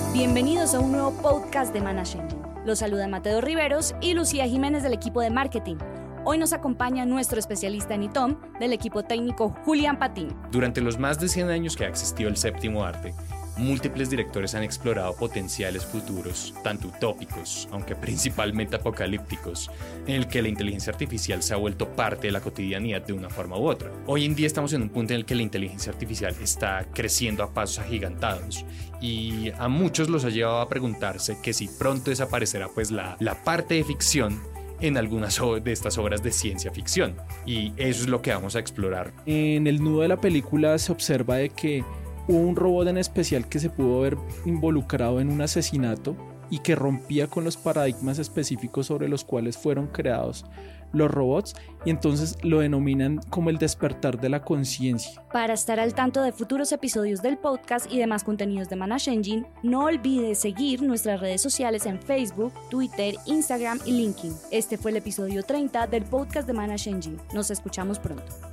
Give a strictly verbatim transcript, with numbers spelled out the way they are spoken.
Bienvenidos a un nuevo podcast de Manage Engine. Los saluda Mateo Riveros y Lucía Jiménez del equipo de marketing. Hoy nos acompaña nuestro especialista en ITOM del equipo técnico Julián Patín. Durante los más de cien años que ha existido el séptimo arte, múltiples directores han explorado potenciales futuros, tanto utópicos, aunque principalmente apocalípticos, en el que la inteligencia artificial se ha vuelto parte de la cotidianidad de una forma u otra. Hoy en día estamos en un punto en el que la inteligencia artificial está creciendo a pasos agigantados y a muchos los ha llevado a preguntarse que si pronto desaparecerá pues la, la parte de ficción en algunas de estas obras de ciencia ficción, y eso es lo que vamos a explorar. En el nudo de la película se observa de que hubo un robot en especial que se pudo ver involucrado en un asesinato y que rompía con los paradigmas específicos sobre los cuales fueron creados los robots, y entonces lo denominan como el despertar de la conciencia. Para estar al tanto de futuros episodios del podcast y demás contenidos de Manage Engine, no olvides seguir nuestras redes sociales en Facebook, Twitter, Instagram y LinkedIn. Este fue el episodio treinta del podcast de Manage Engine. Nos escuchamos pronto.